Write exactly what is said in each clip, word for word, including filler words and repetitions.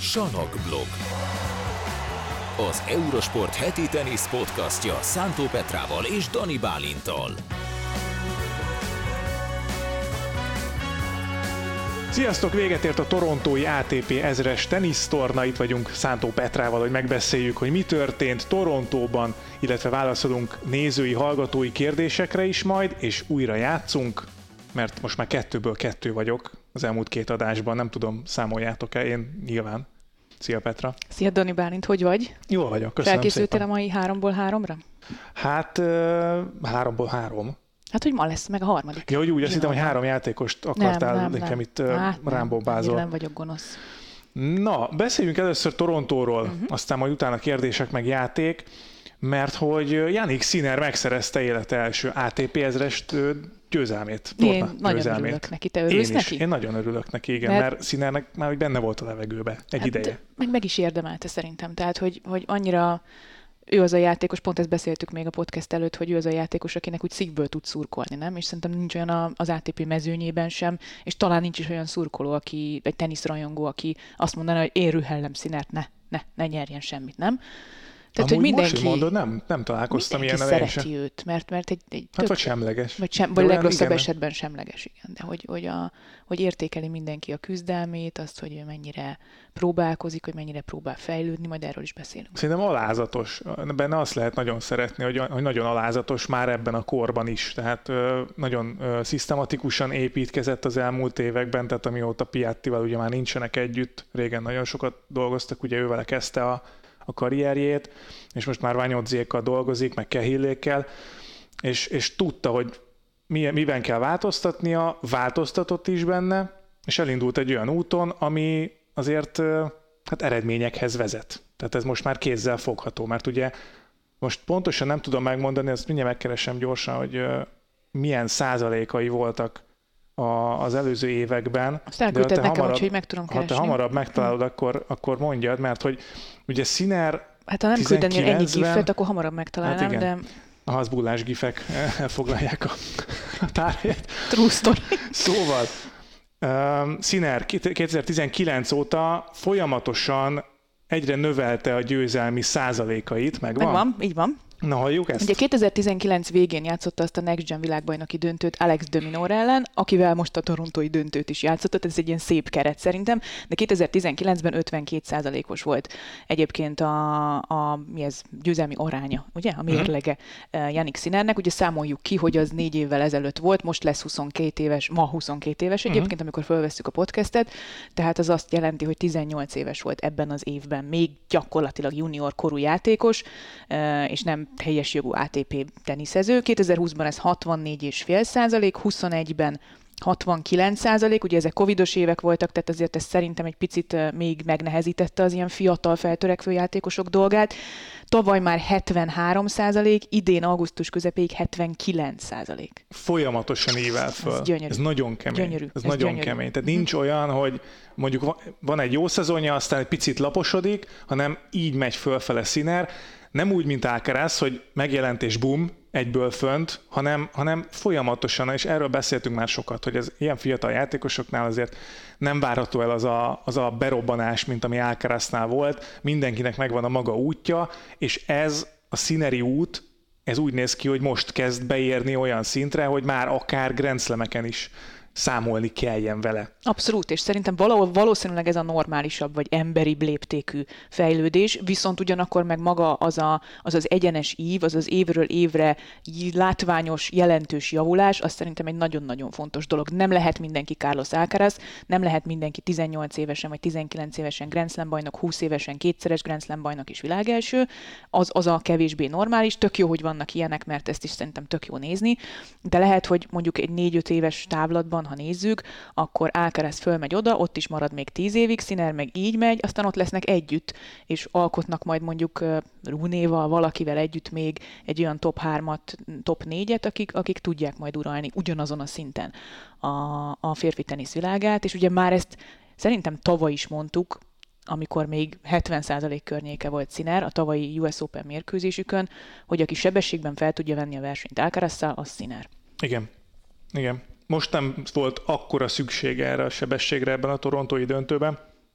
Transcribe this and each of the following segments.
Sanokblog. Az Eurosport heti tenisz podcastja Szántó Petrával és Dani Bálinttal. Sziasztok! Véget ért a torontói á té pé ezres tenisztorna. Itt vagyunk Szántó Petrával, hogy megbeszéljük, hogy mi történt Torontóban, illetve válaszolunk nézői, hallgatói kérdésekre is majd, és újra játszunk, mert most már kettőből kettő vagyok az elmúlt két adásban. Nem tudom, számoljátok-e? Én nyilván. Szia Petra! Szia Dani Bálint, hogy vagy? Jól vagyok, köszönöm. Felkészültél szépen. a mai háromból háromra? Hát uh, háromból három. Hát, hogy ma lesz meg a harmadik. Ja, hogy úgy azt hittem, hogy három játékost akartál nem, nem, nekem nem. itt hát, rámbobázol. Nem, nem vagyok gonosz. Na, beszéljünk először Torontóról, uh-huh. aztán majd utána kérdések meg játék, mert hogy Jannik Sinner megszerezte élete első á té pé ezrest győzelmét. Én torna nagyon győzelmét. örülök neki. Te örülsz Én neki? Is. Én nagyon örülök neki, igen, mert, mert Sinnernek már hogy benne volt a levegőbe egy hát, ideje. Meg meg is érdemelte szerintem. Tehát, hogy, hogy annyira ő az a játékos, pont ezt beszéltük még a podcast előtt, hogy ő az a játékos, akinek úgy szívből tud szurkolni, nem? És szerintem nincs olyan az á té pé mezőnyében sem, és talán nincs is olyan szurkoló, aki, egy teniszrajongó, aki azt mondaná, hogy én rühellem Sinnert, ne, ne, ne nyerjen semmit, nem? Tehát, amúgy hogy mindenki, most, mondod, nem, nem találkoztam ilyen mindenki szereti őt, mert, mert egy, egy hát tök, vagy semleges. Vagy, sem, vagy legrosszabb igen. esetben semleges, igen. De hogy, hogy, a, hogy értékeli mindenki a küzdelmét, azt, hogy ő mennyire próbálkozik, hogy mennyire próbál fejlődni, majd erről is beszélünk. Szerintem alázatos. Benne azt lehet nagyon szeretni, hogy, hogy nagyon alázatos már ebben a korban is. Tehát ö, nagyon ö, szisztematikusan építkezett az elmúlt években, tehát amióta Piattival ugye már nincsenek együtt, régen nagyon sokat dolgoztak, ugye ővele kezdte a a karrierjét, és most már Ványodzékkal dolgozik, meg Kehillékkel, és, és tudta, hogy mi, miben kell változtatnia, változtatott is benne, és elindult egy olyan úton, ami azért hát eredményekhez vezet. Tehát ez most már kézzel fogható, mert ugye most pontosan nem tudom megmondani, ezt mindjárt megkeresem gyorsan, hogy milyen százalékai voltak A, az előző években. Azt elküldted nekem, hamarabb, úgyhogy meg tudom keresni. Ha te hamarabb megtalálod, akkor, akkor mondjad, mert hogy ugye Sinner hát ha nem küldenél ennyi gifet, akkor hamarabb megtalálnám, hát de... A hazbullás gifek elfoglalják a, a tárhelyet. True story. Szóval um, Sinner kétezer-tizenkilenc óta folyamatosan egyre növelte a győzelmi százalékait, megvan? Megvan, így van. Na, halljuk ezt? Ugye kétezer-tizenkilenc végén játszotta azt a Next Gen világbajnoki döntőt Alex de Minaur ellen, akivel most a torontói döntőt is játszott, ez egy ilyen szép keret szerintem, de kétezer-tizenkilencben ötvenkét százalékos volt egyébként a, a mi ez, győzelmi aránya, ugye, a mérlege uh-huh. Jannik Sinnernek, ugye számoljuk ki, hogy az négy évvel ezelőtt volt, most lesz huszonkét éves, ma huszonkét éves egyébként, uh-huh. amikor felvesszük a podcastet, tehát az azt jelenti, hogy tizennyolc éves volt ebben az évben, még gyakorlatilag junior korú játékos, és nem helyes jogú á té pé teniszező. kétezer-húszban ez hatvannégy egész öt százalék, huszonegyben hatvankilenc százalék, ugye ezek covidos évek voltak, tehát azért ez szerintem egy picit még megnehezítette az ilyen fiatal feltörekvő játékosok dolgát. Tavaly már hetvenhárom százalék, idén augusztus közepéig hetvenkilenc százalék. Folyamatosan ível föl. Ez gyönyörű. Ez nagyon kemény. Gyönyörű. Ez, ez nagyon gyönyörű. kemény. Tehát nincs olyan, hogy mondjuk van egy jó szezonja, aztán egy picit laposodik, hanem így megy fölfele Sinner. Nem úgy, mint Alcaraz, hogy megjelent és bum, egyből fönt, hanem, hanem folyamatosan, és erről beszéltünk már sokat, hogy ez ilyen fiatal játékosoknál azért nem várható el az a, az a berobbanás, mint ami Alcaraznál volt. Mindenkinek megvan a maga útja, és ez a Sinneri út, ez úgy néz ki, hogy most kezd beérni olyan szintre, hogy már akár Grand Slameken is számolni kelljen vele. Abszolút, és szerintem valahol valószínűleg ez a normálisabb, vagy emberibb léptékű fejlődés, viszont ugyanakkor meg maga az a, az, az egyenes ív, az az évről évre látványos, jelentős javulás, az szerintem egy nagyon-nagyon fontos dolog. Nem lehet mindenki Carlos Alcaraz, nem lehet mindenki tizennyolc évesen, vagy tizenkilenc évesen Grand Slam bajnok, húsz évesen kétszeres Grand Slam bajnok és világelső, az, az a kevésbé normális, tök jó, hogy vannak ilyenek, mert ezt is szerintem tök jó nézni, de lehet, hogy mondjuk egy négy-öt éves távlatban, ha nézzük, akkor Alcaraz fölmegy oda, ott is marad még tíz évig, Sinner meg így megy, aztán ott lesznek együtt, és alkotnak majd mondjuk Runéval, valakivel együtt még egy olyan top hármat, top négyet, akik, akik tudják majd uralni ugyanazon a szinten a, a férfi tenisz világát, és ugye már ezt szerintem tavaly is mondtuk, amikor még hetven százalék környéke volt Sinner a tavalyi u es Open mérkőzésükön, hogy aki sebességben fel tudja venni a versenyt Alcarazzal, az Sinner. Igen, igen. Most nem volt akkora szükség erre a sebességre ebben a torontói döntőben,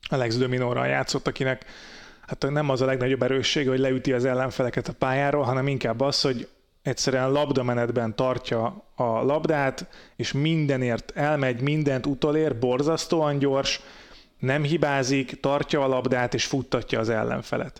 Alex de Minaurral játszott, akinek hát nem az a legnagyobb erőssége, hogy leüti az ellenfeleket a pályáról, hanem inkább az, hogy egyszerűen labdamenetben tartja a labdát, és mindenért elmegy, mindent utolér, borzasztóan gyors, nem hibázik, tartja a labdát, és futtatja az ellenfelet.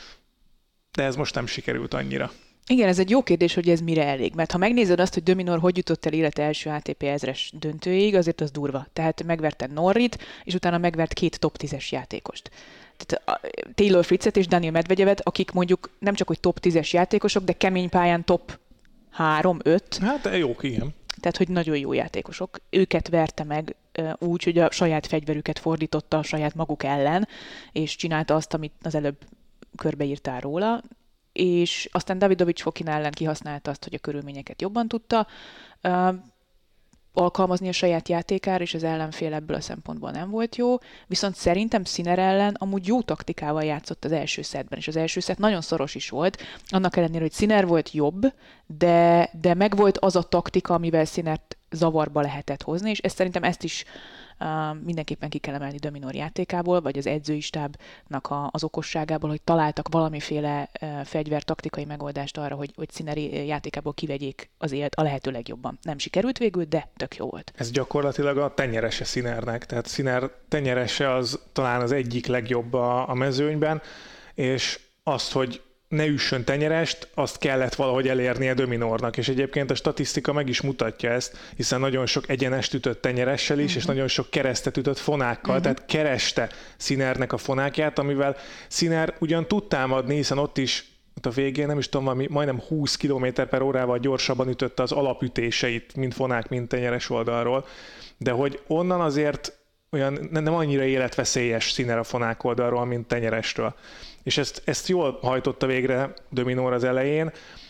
De ez most nem sikerült annyira. Igen, ez egy jó kérdés, hogy ez mire elég. Mert ha megnézed azt, hogy de Minaur hogy jutott el élete első á té pé ezres döntőig, azért az durva. Tehát megverte Norrit, és utána megvert két top tízes játékost. Tehát Taylor Fritzet és Daniil Medvegyevet, akik mondjuk nem csak hogy top tízes játékosok, de kemény pályán top három öt. Hát jók, igen. Tehát, hogy nagyon jó játékosok. Őket verte meg úgy, hogy a saját fegyverüket fordította a saját maguk ellen, és csinálta azt, amit az előbb körbeírtál róla, és aztán Davidovich Fokina ellen kihasználta azt, hogy a körülményeket jobban tudta uh, alkalmazni a saját játékára, és az ellenfél ebből a szempontból nem volt jó, viszont szerintem Sinner ellen amúgy jó taktikával játszott az első szettben, és az első szett nagyon szoros is volt, annak ellenére, hogy Sinner volt jobb, de, de megvolt az a taktika, amivel Sinnert zavarba lehetett hozni, és ezt szerintem ezt is Uh, mindenképpen ki kell emelni de Minaur játékából, vagy az edzői stábnak a, az okosságából, hogy találtak valamiféle uh, fegyvertaktikai megoldást arra, hogy, hogy Sinner játékából kivegyék az élt a lehető legjobban. Nem sikerült végül, de tök jó volt. Ez gyakorlatilag a tenyerese Sinnernek, tehát Sinner tenyerese az talán az egyik legjobb a, a mezőnyben, és azt, hogy ne üssön tenyerest, azt kellett valahogy elérnie de Minaurnak, és egyébként a statisztika meg is mutatja ezt, hiszen nagyon sok egyenest ütött tenyeressel is, uh-huh. és nagyon sok keresztet ütött fonákkal, uh-huh. tehát kereste Sinnernek a fonákját, amivel Sinner ugyan tud támadni, hiszen ott is ott a végén, nem is tudom, valami, majdnem húsz kilométer per órával gyorsabban ütötte az alapütéseit, mint fonák, mint tenyeres oldalról, de hogy onnan azért olyan nem annyira életveszélyes Sinner a fonák oldalról, mint tenyerestől. És ezt, ezt jól hajtotta végre de Minaur az elején,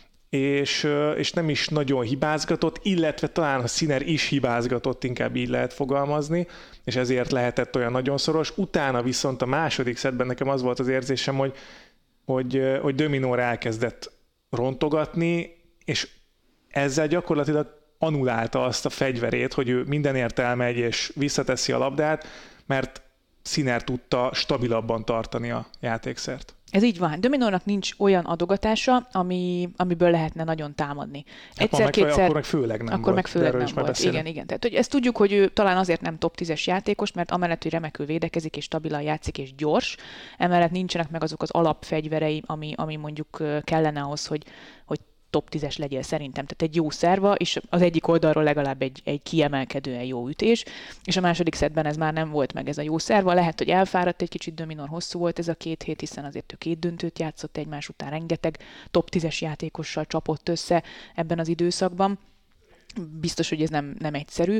és, és nem is nagyon hibázgatott, illetve talán a Sinner is hibázgatott, inkább így lehet fogalmazni, és ezért lehetett olyan nagyon szoros. Utána viszont a második szettben nekem az volt az érzésem, hogy, hogy, hogy de Minaur elkezdett rontogatni, és ezzel gyakorlatilag annulálta azt a fegyverét, hogy ő mindenért elmegy és visszateszi a labdát, mert Sinner tudta stabilabban tartani a játékszert. Ez így van. De Minaurnak nincs olyan adogatása, ami, amiből lehetne nagyon támadni. Egyszer-kétszer... Hát akkor meg főleg nem akkor volt. meg főleg nem volt. Igen, igen. Tehát, hogy ezt tudjuk, hogy ő talán azért nem top tízes játékos, mert amellett, hogy remekül védekezik, és stabilan játszik, és gyors, emellett nincsenek meg azok az alapfegyverei, ami, ami mondjuk kellene ahhoz, hogy, hogy top tízes legyél szerintem. Tehát egy jó szerva, és az egyik oldalról legalább egy, egy kiemelkedően jó ütés, és a második szettben ez már nem volt meg ez a jó szerva. Lehet, hogy elfáradt egy kicsit, de Minaur hosszú volt ez a két hét, hiszen azért ő két döntőt játszott egymás után, rengeteg top tízes játékossal csapott össze ebben az időszakban. Biztos, hogy ez nem, nem egyszerű,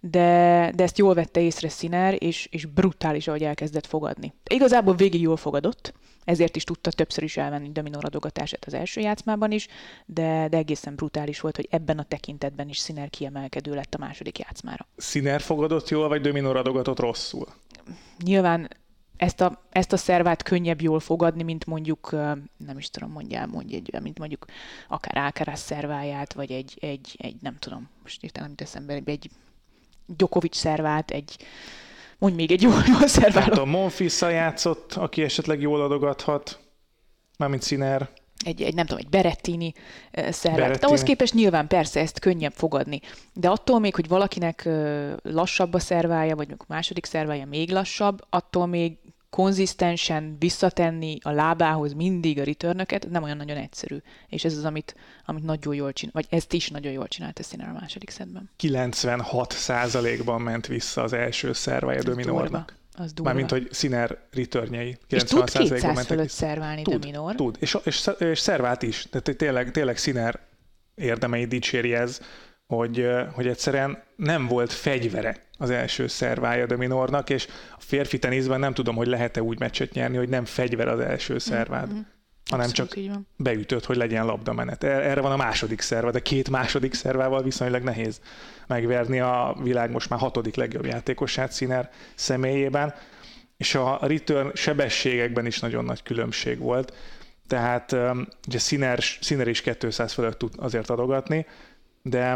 de, de ezt jól vette észre Sinner, és, és brutális, ahogy elkezdett fogadni. Igazából végig jól fogadott, ezért is tudta többször is elvenni de Minaur adogatását az első játszmában is, de, de egészen brutális volt, hogy ebben a tekintetben is Sinner kiemelkedő lett a második játszmára. Sinner fogadott jól, vagy de Minaur adogatott rosszul? Nyilván ezt a, ezt a szervát könnyebb jól fogadni, mint mondjuk, nem is tudom, mondjál, mondj egy, mint mondjuk akár Alcaraz szerváját, vagy egy, egy, egy nem tudom, most írtam, nem jut eszembe, egy Djokovic szervát, egy, mondj még egy jól, jól szerváló. Hát a Monfils-szal játszott, aki esetleg jól adogathat, mármint Sinner. Egy, egy, nem tudom, egy Berrettini szervet. Berrettini. Ahhoz képest nyilván persze ezt könnyebb fogadni. De attól még, hogy valakinek lassabb a szervája, vagy a második szervája még lassabb, attól még konzisztensen visszatenni a lábához mindig a returnöket, nem olyan nagyon egyszerű. És ez az, amit, amit nagyon jól csinál, vagy ezt is nagyon jól csinálta Sinner a második szettben. kilencvenhat százalékban ment vissza az első szervája de Minaurnak. Az durva. Mármint, hogy Sinner returnjei. És tud kétszáz fölött szerválni de Minaur. Tud, és, és, és szervált is. Tehát tényleg, tényleg Sinner érdemei dicséri ez, hogy, hogy egyszerűen nem volt fegyvere az első szervája de Minaurnak, és a férfi teniszben nem tudom, hogy lehet-e úgy meccset nyerni, hogy nem fegyver az első szervád, mm-hmm. hanem abszolút csak beütött, hogy legyen labdamenet. Erre van a második szerva, de két második szervával viszonylag nehéz megverni a világ most már hatodik legjobb játékosát Sinner személyében, és a return sebességekben is nagyon nagy különbség volt. Tehát ugye Sinner, Sinner is kétszáz fölött tud azért adogatni, de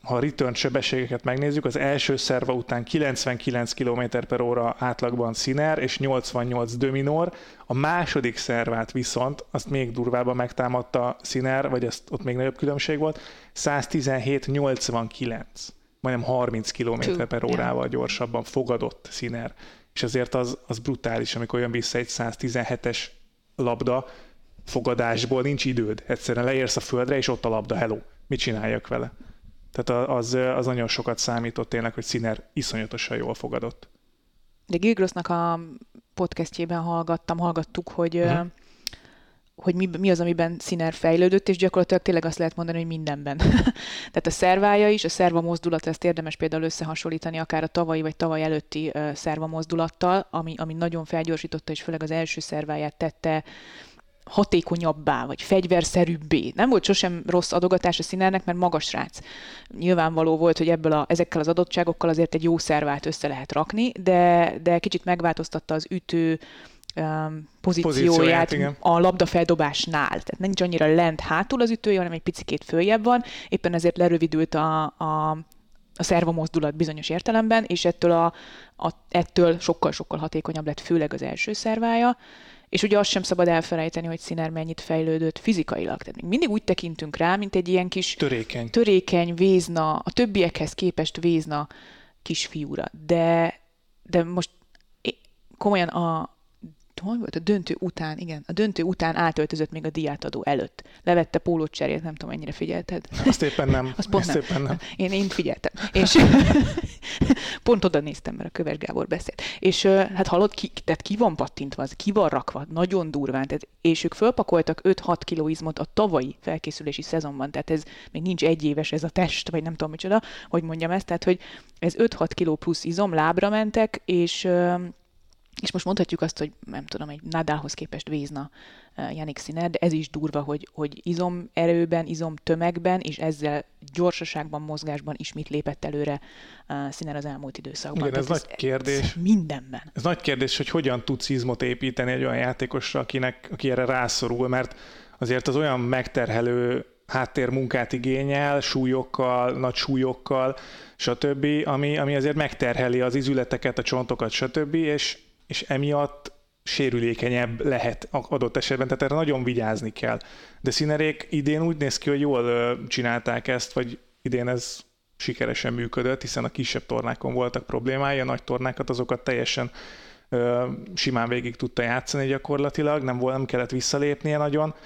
ha a return sebességeket megnézzük, az első szerva után kilencvenkilenc kilométer per óra átlagban Sinner és nyolcvannyolc de Minaur, a második szervát viszont, azt még durvábban megtámadta Sinner, vagy ezt, ott még nagyobb különbség volt, száztizenhét nyolcvankilenc, majdnem harminc kilométer per órával gyorsabban fogadott Sinner. És azért az, az brutális, amikor jön vissza egy száztizenhetes labda fogadásból, nincs időd. Egyszerűen leérsz a földre, és ott a labda, hello. Mit csináljak vele? Tehát az, az nagyon sokat számított tényleg, hogy Sinner iszonyatosan jól fogadott. De Gilgrossnak a podcastjében hallgattam, hallgattuk, hogy, uh-huh. hogy mi, mi az, amiben Sinner fejlődött, és gyakorlatilag tényleg azt lehet mondani, hogy mindenben. Tehát a szervája is, a szerva mozdulat, ezt érdemes például összehasonlítani akár a tavalyi vagy tavaly előtti uh, szerva mozdulattal, ami, ami nagyon felgyorsította, és főleg az első szerváját tette hatékonyabbá, vagy fegyverszerűbbé. Nem volt sosem rossz adogatás a Sinnernek, mert magas srác. Nyilvánvaló volt, hogy ebből a, ezekkel az adottságokkal azért egy jó szervát össze lehet rakni, de, de kicsit megváltoztatta az ütő um, pozícióját, pozícióját a labdafeldobásnál. Tehát nincs annyira lent hátul az ütője, hanem egy picikét följebb van. Éppen ezért lerövidült a, a, a szerva mozdulat bizonyos értelemben, és ettől, a, a, ettől sokkal-sokkal hatékonyabb lett, főleg az első szervája. És ugye azt sem szabad elfelejteni, hogy Sinner mennyit fejlődött fizikailag. Tehát még mindig úgy tekintünk rá, mint egy ilyen kis törékeny, törékeny vézna, a többiekhez képest vézna kisfiúra. De, de most komolyan a, hol volt? A döntő után, igen, a döntő után átöltözött még a díjátadó előtt. Levette pólót cserélt, nem tudom, mennyire figyelted. Azt éppen nem. Azt pont Azt nem. Éppen nem. Én, én figyeltem. És pont oda néztem, mert a Köves Gábor beszélt. És hát hallod, ki, tehát ki van pattintva, az, ki van rakva, nagyon durván. Tehát, és ők fölpakoltak öt-hat kiló izmot a tavalyi felkészülési szezonban. Tehát ez még nincs egy éves ez a test, vagy nem tudom micsoda, hogy mondjam ezt. Tehát, hogy ez öt-hat kiló plusz izom, lábra mentek, és És most mondhatjuk azt, hogy nem tudom, egy Nadalhoz képest vézna uh, Jannik Sinner, de ez is durva, hogy, hogy izomerőben, izomtömegben, és ezzel gyorsaságban, mozgásban ismét lépett előre uh, Sinner az elmúlt időszakban. Igen, ez, ez nagy kérdés. Ez mindenben. Ez nagy kérdés, hogy hogyan tudsz izmot építeni egy olyan játékosra, akinek, aki erre rászorul, mert azért az olyan megterhelő háttérmunkát igényel, súlyokkal, nagy súlyokkal, stb., ami, ami azért megterheli az izületeket, a csontokat, stb., és és emiatt sérülékenyebb lehet adott esetben, tehát erre nagyon vigyázni kell. De Sinnerék idén úgy néz ki, hogy jól csinálták ezt, vagy idén ez sikeresen működött, hiszen a kisebb tornákon voltak problémái, a nagy tornákat azokat teljesen ö, simán végig tudta játszani gyakorlatilag, nem, volt, nem kellett visszalépnie nagyon,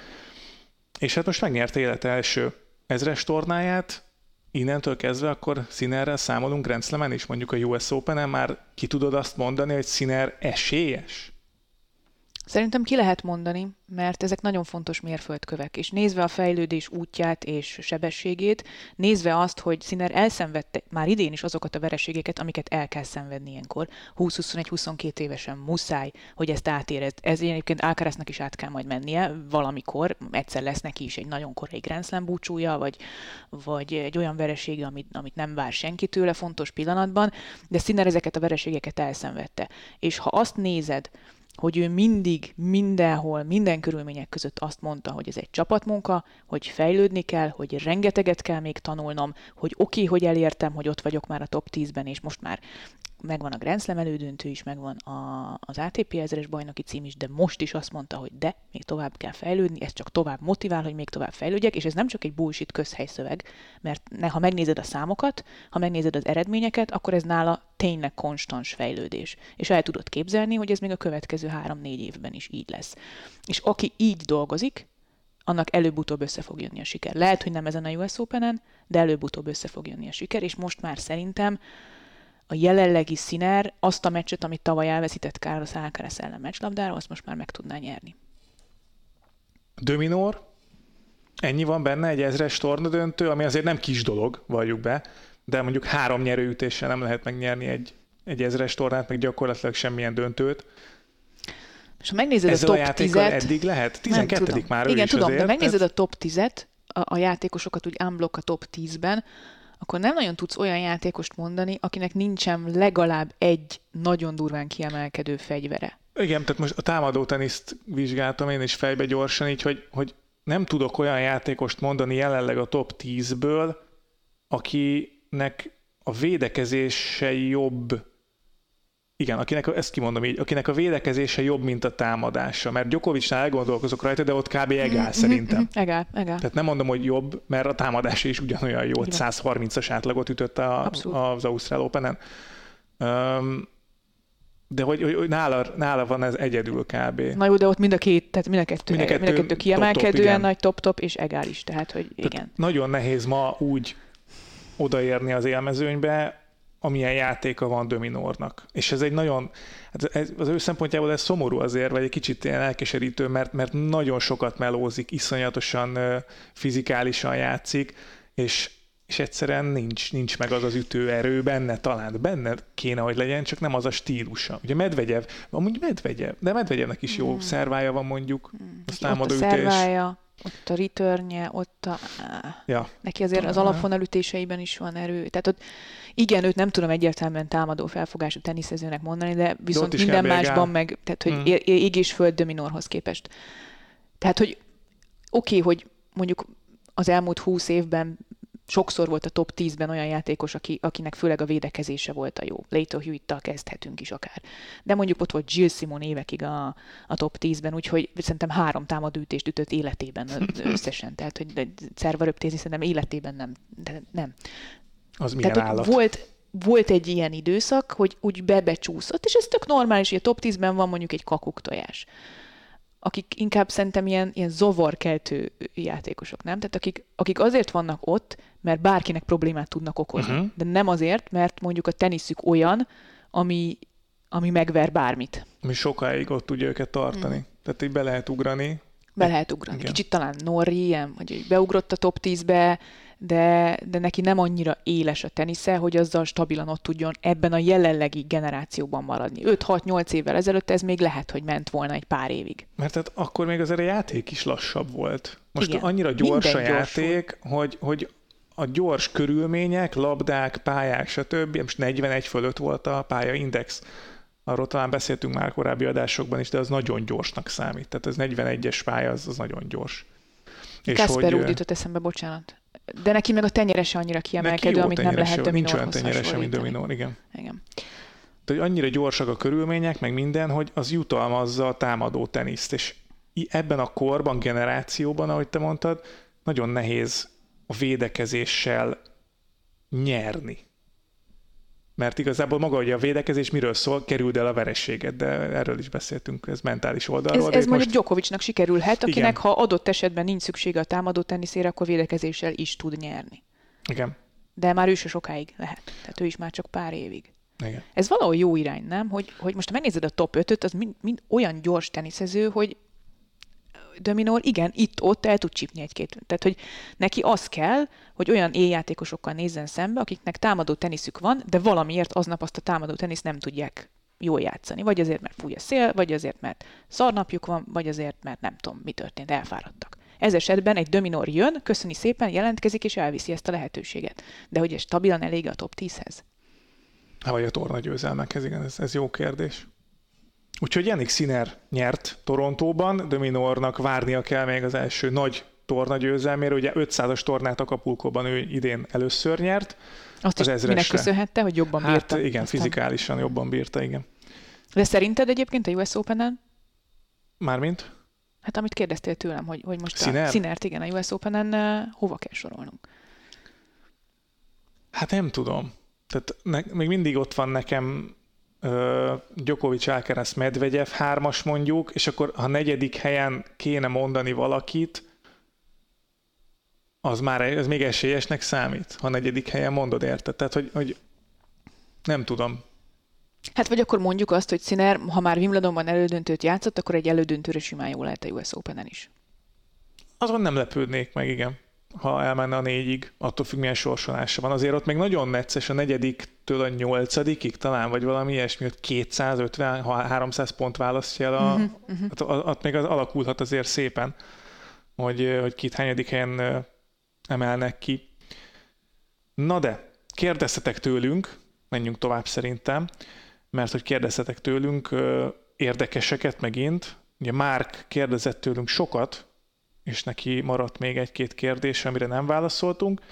és hát most megnyerte élete első ezres tornáját, innentől kezdve akkor Sinnerrel számolunk Grand Slamen is, mondjuk a U S Openen már ki tudod azt mondani, hogy Sinner esélyes? Szerintem ki lehet mondani, mert ezek nagyon fontos mérföldkövek, és nézve a fejlődés útját és sebességét, nézve azt, hogy Sinner elszenvedte már idén is azokat a vereségeket, amiket el kell szenvedni ilyenkor. húsz-huszonegy-huszonkét évesen muszáj, hogy ezt átérezd. Ez egyébként Alcaraznak is át kell majd mennie valamikor, egyszer lesz neki is egy nagyon korai Grand Slam búcsúja, vagy, vagy egy olyan veresége, amit, amit nem vár senki tőle fontos pillanatban, de Sinner ezeket a vereségeket elszenvedte. És ha azt nézed, hogy ő mindig, mindenhol, minden körülmények között azt mondta, hogy ez egy csapatmunka, hogy fejlődni kell, hogy rengeteget kell még tanulnom, hogy oké, okay, hogy elértem, hogy ott vagyok már a top tízben, és most már megvan a Grand Slam elődöntő is, megvan a, az á té pé ezres bajnoki cím is, de most is azt mondta, hogy de, még tovább kell fejlődni, ez csak tovább motivál, hogy még tovább fejlődjek, és ez nem csak egy bullshit közhelyszöveg, mert ne, ha megnézed a számokat, ha megnézed az eredményeket, akkor ez nála tényleg konstans fejlődés. És el tudod képzelni, hogy ez még a következő három-négy évben is így lesz. És aki így dolgozik, annak előbb-utóbb össze fog jönni a siker. Lehet, hogy nem ezen a U S Openen, de előbb-utóbb össze fog jönni a siker, és most már szerintem a jelenlegi Sinner azt a meccset, amit tavaly elveszített Carlos Alcaraz ellen meccslabdára, azt most már meg tudná nyerni. De Minaur, ennyi van benne egy ezres tornadöntő, ami azért nem kis dolog, valljuk be, de mondjuk három nyerőütéssel nem lehet megnyerni egy, egy ezres tornát, meg gyakorlatilag semmilyen döntőt. És ha megnézed ezzel a a top tízet... eddig lehet? tizenkettedik már ő Igen, is tudom, azért. de megnézed tehát... a top tízet, a, a játékosokat úgy unblock a top tízben, akkor nem nagyon tudsz olyan játékost mondani, akinek nincsen legalább egy nagyon durván kiemelkedő fegyvere. Igen, tehát most a támadó teniszt vizsgáltam én is fejbe gyorsan, így, hogy, hogy nem tudok olyan játékost mondani jelenleg a top tízből, akinek a védekezése jobb, igen, akinek, ezt kimondom így, akinek a védekezése jobb, mint a támadása, mert Djokovicnál elgondolkozok rajta, de ott kb. Egál mm-hmm, szerintem. Mm-hmm, egál, egál. Tehát nem mondom, hogy jobb, mert a támadása is ugyanolyan jó, hogy száz harmincas átlagot ütött a, az Ausztrál Openen. Um, de hogy, hogy, hogy nála, nála van ez egyedül kb. Na jó, de ott mind a két, tehát mind a kettő, mind a kettő, mind a kettő kiemelkedően top-top, nagy top-top, és egál is, tehát hogy igen. Tehát nagyon nehéz ma úgy odaérni az élmezőnybe, amilyen játéka van de Minaurnak. És ez egy nagyon, ez, az ő szempontjából ez szomorú azért, vagy egy kicsit ilyen elkeserítő, mert, mert nagyon sokat melózik, iszonyatosan fizikálisan játszik, és, és egyszerűen nincs, nincs meg az az ütőerő benne, talán benne kéne, hogy legyen, csak nem az a stílusa. Ugye Medvegyev, amúgy Medvegyev, de Medvegyevnek is jó mm. szervája van mondjuk, mm. az támadó ütés. Ott a szervája, ott a returnje, ott a... Ja. Neki azért az alapvonalütéseiben is van erő. Tehát ott igen, őt nem tudom egyértelműen támadó felfogású teniszezőnek mondani, de viszont de minden másban meg, tehát hogy hmm. ég és föld de Minaurhoz képest. Tehát, hogy oké, okay, hogy mondjuk az elmúlt húsz évben sokszor volt a top tízben olyan játékos, aki, akinek főleg a védekezése volt a jó. Leighton Hewitt-tal kezdhetünk is akár. De mondjuk ott volt Gilles Simon évekig a, a top tízben, úgyhogy szerintem három támadőütést ütött életében összesen. Tehát, hogy szervaröptézni szerintem életében nem. De nem. Az milyen Tehát, állat. Volt, volt egy ilyen időszak, hogy úgy bebecsúszott, és ez tök normális, hogy a top tízben van mondjuk egy kakuktojás, akik inkább szerintem ilyen, ilyen zavarkeltő játékosok, nem? Tehát akik, akik azért vannak ott, mert bárkinek problémát tudnak okozni. Uh-huh. De nem azért, mert mondjuk a teniszük olyan, ami, ami megver bármit. Ami sokáig ott tudja őket tartani. Uh-huh. Tehát így be lehet ugrani. Be lehet ugrani. Igen. Kicsit talán Norrie ilyen, hogy beugrott a top tízbe, de, de neki nem annyira éles a tenisze, hogy azzal stabilan ott tudjon ebben a jelenlegi generációban maradni. öt-hat-nyolc évvel ezelőtt ez még lehet, hogy ment volna egy pár évig. Mert hát akkor még azért a játék is lassabb volt. Most igen. Annyira gyors minden a játék, hogy, hogy a gyors körülmények, labdák, pályák, stb. Most negyvenegy fölött volt a pályaindex. Arról talán beszéltünk már korábbi adásokban is, de az nagyon gyorsnak számít. Tehát az negyvenegyes pálya, az, az nagyon gyors. Kasper úgy jutott eszembe, bocsánat. De neki meg a tenyerese annyira kiemelkedő, amit nem lehet de Minaurhoz hasonlítani. Nincs olyan tenyerese, mint de Minaur, igen. igen. Tehát annyira gyorsak a körülmények, meg minden, hogy az jutalmazza a támadó teniszt. És ebben a korban, generációban, ahogy te mondtad, nagyon nehéz a védekezéssel nyerni. Mert igazából maga, hogy a védekezés miről szól, kerüld el a vereséget, de erről is beszéltünk, ez mentális oldalról. Ez, ez mondjuk Djokovicnak sikerülhet, akinek igen. ha adott esetben nincs szüksége a támadó teniszére, akkor védekezéssel is tud nyerni. Igen. De már ő se sokáig lehet. Tehát ő is már csak pár évig. Igen. Ez valahol jó irány, nem? Hogy, hogy most ha megnézed a top ötöt, az mind, mind olyan gyors teniszező, hogy de Minaur igen, itt-ott el tud csípni egy-két. Tehát, hogy neki az kell, hogy olyan éljátékosokkal nézzen szembe, akiknek támadó teniszük van, de valamiért aznap azt a támadó teniszt nem tudják jól játszani. Vagy azért, mert fúj a szél, vagy azért, mert szarnapjuk van, vagy azért, mert nem tudom, mi történt, elfáradtak. Ez esetben egy de Minaur jön, köszöni szépen, jelentkezik, és elviszi ezt a lehetőséget. De hogy ez stabilan elég a top tízhez? Hát vagy a torna győzelmekhez, igen, ez, ez jó kérdés. Úgyhogy Jannik Sinner nyert Torontóban, de Minaurnak várnia kell még az első nagy torna győzelmére. Ugye ötszázas tornát Acapulcóban ő idén először nyert. Azt az is minek köszönhette, hogy jobban hát, bírta? Hát igen, aztán... fizikálisan jobban bírta, igen. De szerinted egyébként a U S Openen? Mármint? Hát amit kérdeztél tőlem, hogy, hogy most Sinner? a Sinnert, igen, a U S Openen uh, hova kell sorolnunk? Hát nem tudom. Tehát ne, még mindig ott van nekem uh, Djokovic, Alcaraz, Medvegyev hármas mondjuk, és akkor ha negyedik helyen kéne mondani valakit, az már az még esélyesnek számít, ha negyedik helyen mondod, érted? Tehát, hogy, hogy nem tudom. Hát vagy akkor mondjuk azt, hogy Sinner, ha már Wimbledonban elődöntőt játszott, akkor egy elődöntőre simán jól lehet a U S Openen is. Azon nem lepődnék meg, igen, ha elmenne a négyig, attól függ, milyen sorsolása van. Azért ott még nagyon necces a negyediktől a nyolcadikig talán, vagy valami ilyesmi, hogy kétszázötven, háromszáz pont választja el, a, uh-huh, uh-huh. ott még az alakulhat azért szépen, hogy, hogy két hányadik helyen emelnek ki. Na de, kérdeztetek tőlünk, menjünk tovább szerintem, mert hogy kérdeztetek tőlünk érdekeseket megint. Ugye Márk kérdezett tőlünk sokat, és neki maradt még egy-két kérdés, amire nem válaszoltunk,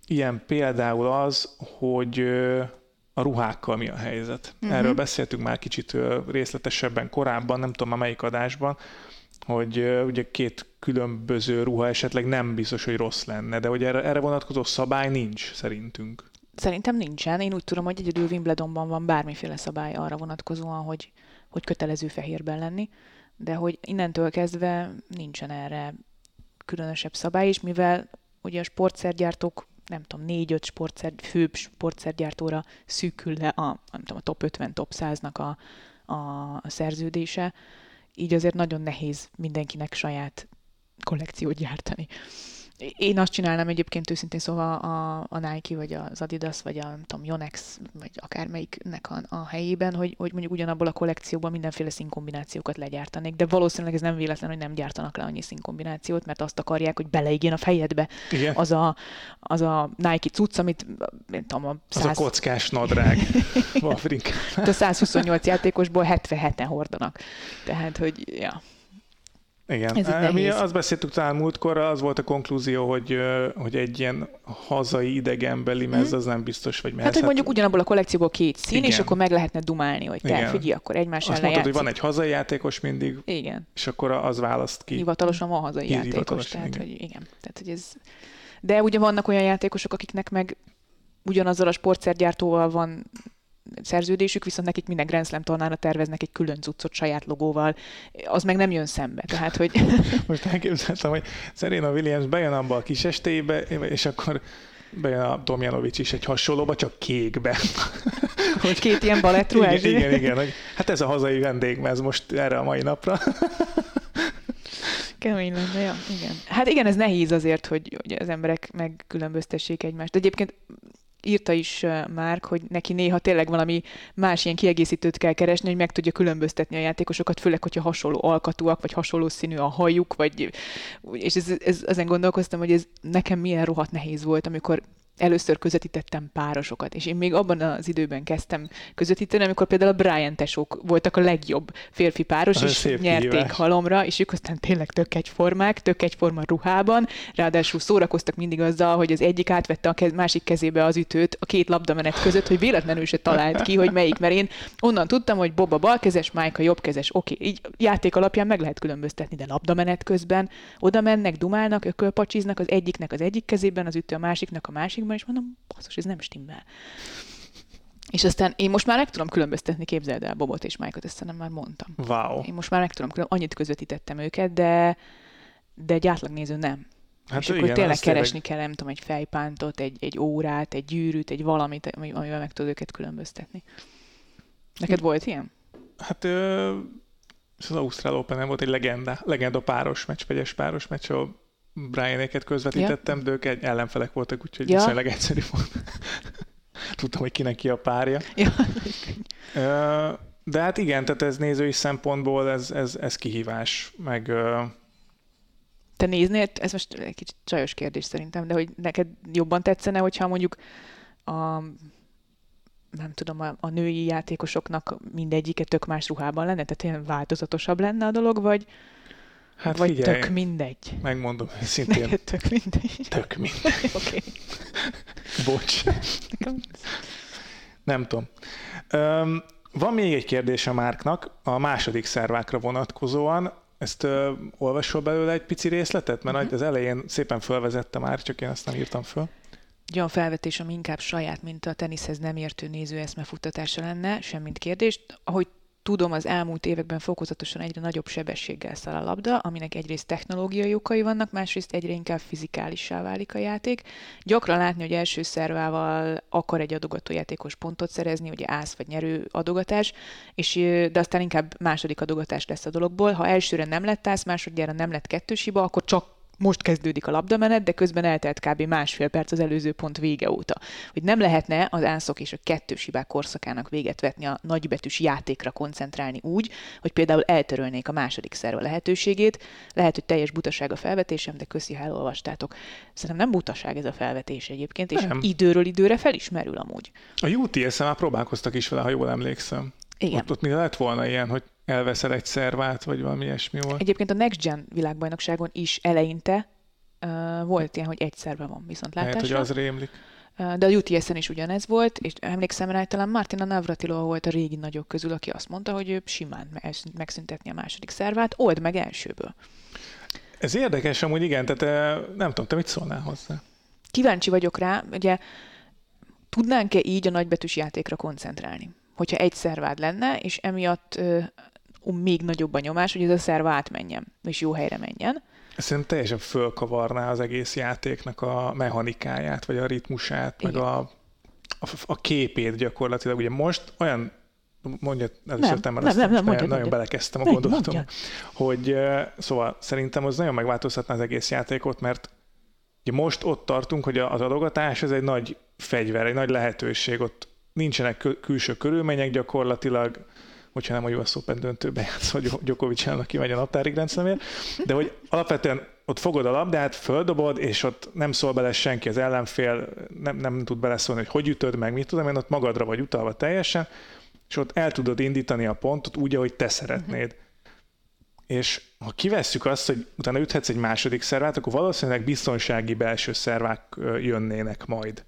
ilyen például az, hogy a ruhákkal mi a helyzet. Uh-huh. Erről beszéltünk már kicsit részletesebben korábban, nem tudom már melyik adásban, hogy ugye két különböző ruha esetleg nem biztos, hogy rossz lenne, de hogy erre, erre vonatkozó szabály nincs szerintünk. Szerintem nincsen. Én úgy tudom, hogy egyedül Wimbledonban van bármiféle szabály arra vonatkozóan, hogy, hogy kötelező fehérben lenni, de hogy innentől kezdve nincsen erre különösebb szabály, és mivel ugye a sportszergyártók, nem tudom, négy-öt sportszer, főbb sportszergyártóra szűkül le a, nem tudom, a top ötven, top száznak a, a, a szerződése, így azért nagyon nehéz mindenkinek saját kollekciót gyártani. Én azt csinálnám egyébként őszintén szóval a, a Nike, vagy az Adidas, vagy a nem tudom, Yonex, vagy akármelyiknek a, a helyében, hogy, hogy mondjuk ugyanabból a kollekcióban mindenféle színkombinációkat legyártanék, de valószínűleg ez nem véletlen, hogy nem gyártanak le annyi színkombinációt, mert azt akarják, hogy beleigjen a fejedbe az a, az a Nike cucc, amit nem tudom, a száz... Az a kockás nadrág. A százhuszonnyolc játékosból hetvenheten hordanak. Tehát, hogy ja... Igen, mi azt beszéltük talán múltkor, az volt a konklúzió, hogy, hogy egy ilyen hazai idegenbeli mez, az nem biztos, vagy mez. Hát, hogy mondjuk ugyanabból a kollekcióból két szín, igen. És akkor meg lehetne dumálni, hogy te igen. Figyelj, akkor egymás azt ellen mondtad, játszik. hogy van egy hazai játékos mindig, igen. És akkor az választ ki. Hivatalosan van hazai játékos, Hivatalos, tehát, igen. hogy igen. Tehát, hogy ez... De ugye vannak olyan játékosok, akiknek meg ugyanazzal a sportszergyártóval van szerződésük, viszont nekik minden Grand Slam tornára terveznek egy külön cuccot saját logóval, az meg nem jön szembe. Tehát, hogy... Most elképzeltem, hogy Serena Williams bejön abba a kis estébe, és akkor bejön a Tomjanovics is egy hasonlóba, csak kékbe. Hogy két ilyen balettruhás. Igen, igen, igen, hogy hát ez a hazai vendégmez most erre a mai napra. Kemény lenne, ja, igen. Hát igen, ez nehéz azért, hogy, hogy az emberek megkülönböztessék egymást. De egyébként írta is Márk, hogy neki néha tényleg valami más ilyen kiegészítőt kell keresni, hogy meg tudja különböztetni a játékosokat, főleg, hogyha hasonló alkatúak, vagy hasonló színű a hajuk, vagy, és ez, ez, ezen gondolkoztam, hogy ez nekem milyen rohadt nehéz volt, amikor először közvetítettem párosokat, és én még abban az időben kezdtem közvetíteni, amikor például a Brian tesók voltak a legjobb férfi páros, az és nyerték hívás. Halomra, és ők aztán tényleg tök egyformák, tök egyforma ruhában, ráadásul szórakoztak mindig azzal, hogy az egyik átvette a kez, másik kezébe az ütőt a két labdamenet között, hogy véletlenül se talált ki, hogy melyik, mert én onnan tudtam, hogy Bob a balkezes, Mike a jobbkezes, oké, okay, így játék alapján meg lehet különböztetni, de labdamenet közben oda mennek, dumálnak, ökölpacsiznak, az egyiknek az egyik kezében, az ütő a másiknak a másik, és mondom, basszus, ez nem stimmel. És aztán én most már meg tudom különböztetni, képzeld el Bobot és Mike-ot, ezt nem már mondtam. Wow. Én most már meg tudom különböztetni, annyit közvetítettem őket, de, de egy átlagnéző nem. Hát és igen, akkor tényleg keresni tényleg... kell, nem tudom, egy fejpántot, egy, egy órát, egy gyűrűt, egy valamit, amivel meg tudod őket különböztetni. Neked volt ilyen? Hát ö, az Ausztrál Open-en volt egy legenda, legenda páros meccs, vegyes páros meccs, ahol Brianéket közvetítettem, ja. De ők egy ellenfelek voltak, úgyhogy ja. Viszonylag egyszerű volt. Tudtam, hogy kinek ki a párja. Ja. De hát igen, tehát ez nézői szempontból ez, ez, ez kihívás. Meg, te néznél, ez most egy kicsit csajos kérdés szerintem, de hogy neked jobban tetszene, hogyha mondjuk a, nem tudom, a, a női játékosoknak mindegyike tök más ruhában lenne, tehát ilyen változatosabb lenne a dolog, vagy Hát vagy figyelj, tök mindegy. Megmondom őszintén. Neked tök mindegy. Tök mindegy. Oké. Okay. Bocs. Nem tudom. Um, van még egy kérdés a Márknak, a második szervákra vonatkozóan. Ezt uh, olvasol belőle egy pici részletet? Mert uh-huh. az elején szépen felvezette már, csak én azt nem írtam föl. Egy olyan felvetés, ami inkább saját, mint a teniszhez nem értő néző eszmefuttatása lenne, semmint kérdést. Ahogy tudom, az elmúlt években fokozatosan egyre nagyobb sebességgel száll a labda, aminek egyrészt technológiai okai vannak, másrészt egyre inkább fizikálissá válik a játék. Gyakran látni, hogy első szervával akar egy adogatójátékos pontot szerezni, ugye ász vagy nyerő adogatás, és, de aztán inkább második adogatás lesz a dologból. Ha elsőre nem lett ász, másodjára nem lett kettős hiba, akkor csak most kezdődik a labdamenet, de közben eltelt kb. Másfél perc az előző pont vége óta. Hogy nem lehetne az ászok és a kettős hibák korszakának véget vetni, a nagybetűs játékra koncentrálni úgy, hogy például eltörölnék a második szerva lehetőségét. Lehet, hogy teljes butaság a felvetésem, de köszi, ha elolvastátok. Szerintem nem butaság ez a felvetés egyébként, és nem. Időről időre felismerül amúgy. A U T S-en már próbálkoztak is vele, ha jól emlékszem. Igen. Ott, ott mi lett volna ilyen, hogy elveszel egy szervát, vagy valami ilyesmi volt? Egyébként a Next Gen világbajnokságon is eleinte Uh, volt ilyen, hogy egy szerve van viszontlátásra. Lehet, hogy az rémlik. De a u té es-en is ugyanez volt, és emlékszem rá, talán Martina Navratilova volt a régi nagyok közül, aki azt mondta, hogy ő simán megszüntetni a második szervát, old meg elsőből. Ez érdekes amúgy, igen, tehát nem tudom, te mit szólnál hozzá? Kíváncsi vagyok rá, ugye tudnánk-e így a nagybetűs játékra koncentrálni? Hogyha egy szervád lenne, és emiatt uh, még nagyobb a nyomás, hogy ez a szerv átmenjen, és jó helyre menjen. Szerintem teljesen fölkavarná az egész játéknak a mechanikáját, vagy a ritmusát, igen. meg a, a, a képét gyakorlatilag. Ugye most olyan, mondja, először nem, nem, nem, nem, nagyon, nagyon belekezdtem a gondolatom, hogy szóval szerintem az nagyon megváltoztatná az egész játékot, mert ugye most ott tartunk, hogy az adogatás ez egy nagy fegyver, egy nagy lehetőség, ott nincsenek kül- külső körülmények gyakorlatilag, hogyha nem a u es Open döntőbe játszol, hogy Djokovic-elnök kimegy a naptárig rendszeremért, de hogy alapvetően ott fogod a labdát, földobod, és ott nem szól bele senki, az ellenfél nem, nem tud beleszólni, hogy hogy ütöd meg, mit tudom én, ott magadra vagy utalva teljesen, és ott el tudod indítani a pontot úgy, ahogy te szeretnéd. Uh-huh. És ha kivesszük azt, hogy utána üthetsz egy második szervát, akkor valószínűleg biztonsági belső szervák jönnének majd.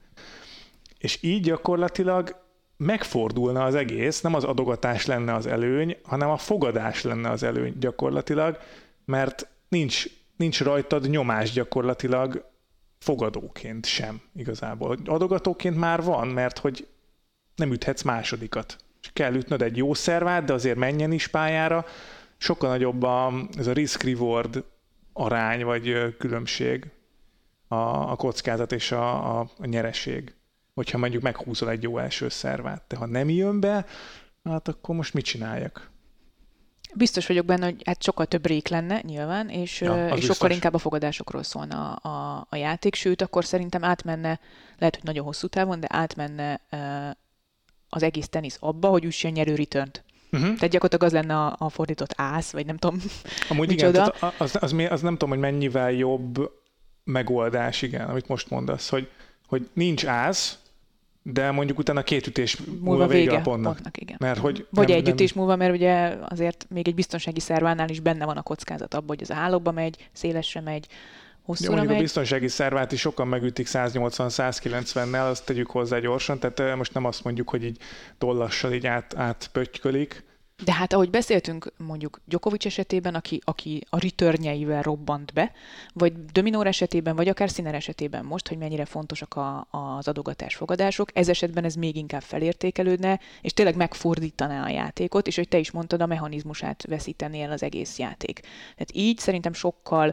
És így gyakorlatilag megfordulna az egész, nem az adogatás lenne az előny, hanem a fogadás lenne az előny gyakorlatilag, mert nincs, nincs rajtad nyomás gyakorlatilag fogadóként sem igazából. Adogatóként már van, mert hogy nem üthetsz másodikat. És kell ütnöd egy jó szervát, de azért menjen is pályára. Sokkal nagyobb a, ez a risk-reward arány, vagy különbség a, a kockázat és a, a, a nyereség. Hogyha mondjuk meghúzol egy jó első szervát. De ha nem jön be, hát akkor most mit csináljak? Biztos vagyok benne, hogy hát sokkal több rék lenne nyilván, és, ja, és sokkal inkább a fogadásokról szólna a, a, a játék, sőt, akkor szerintem átmenne, lehet, hogy nagyon hosszú távon, de átmenne uh, az egész tenisz abba, hogy üssön nyerő returnt. Uh-huh. Tehát gyakorlatilag az lenne a, a fordított ász, vagy nem tudom. Amúgy igen, tehát az, az, az nem tudom, hogy mennyivel jobb megoldás, igen, amit most mondasz, hogy, hogy nincs ász, de mondjuk utána két ütés múlva, múlva vége, vége a pontnak. pontnak igen. Mert, hogy Vagy nem, egy nem... ütés múlva, mert ugye azért még egy biztonsági szervánál is benne van a kockázat abban, hogy az hálóba megy, szélesre megy, hosszúra mondjuk megy. A biztonsági szervát is sokan megütik száznyolcvan-százkilencvennel, azt tegyük hozzá gyorsan, tehát most nem azt mondjuk, hogy így tollassal így át, átpöttykölik. De hát ahogy beszéltünk mondjuk Djokovic esetében, aki, aki a returnjeivel robbant be, vagy Dominor esetében, vagy akár Sinner esetében most, hogy mennyire fontosak a, az adogatás-fogadások, ez esetben ez még inkább felértékelődne, és tényleg megfordítaná a játékot, és hogy te is mondtad, a mechanizmusát veszítené el az egész játék. Tehát így szerintem sokkal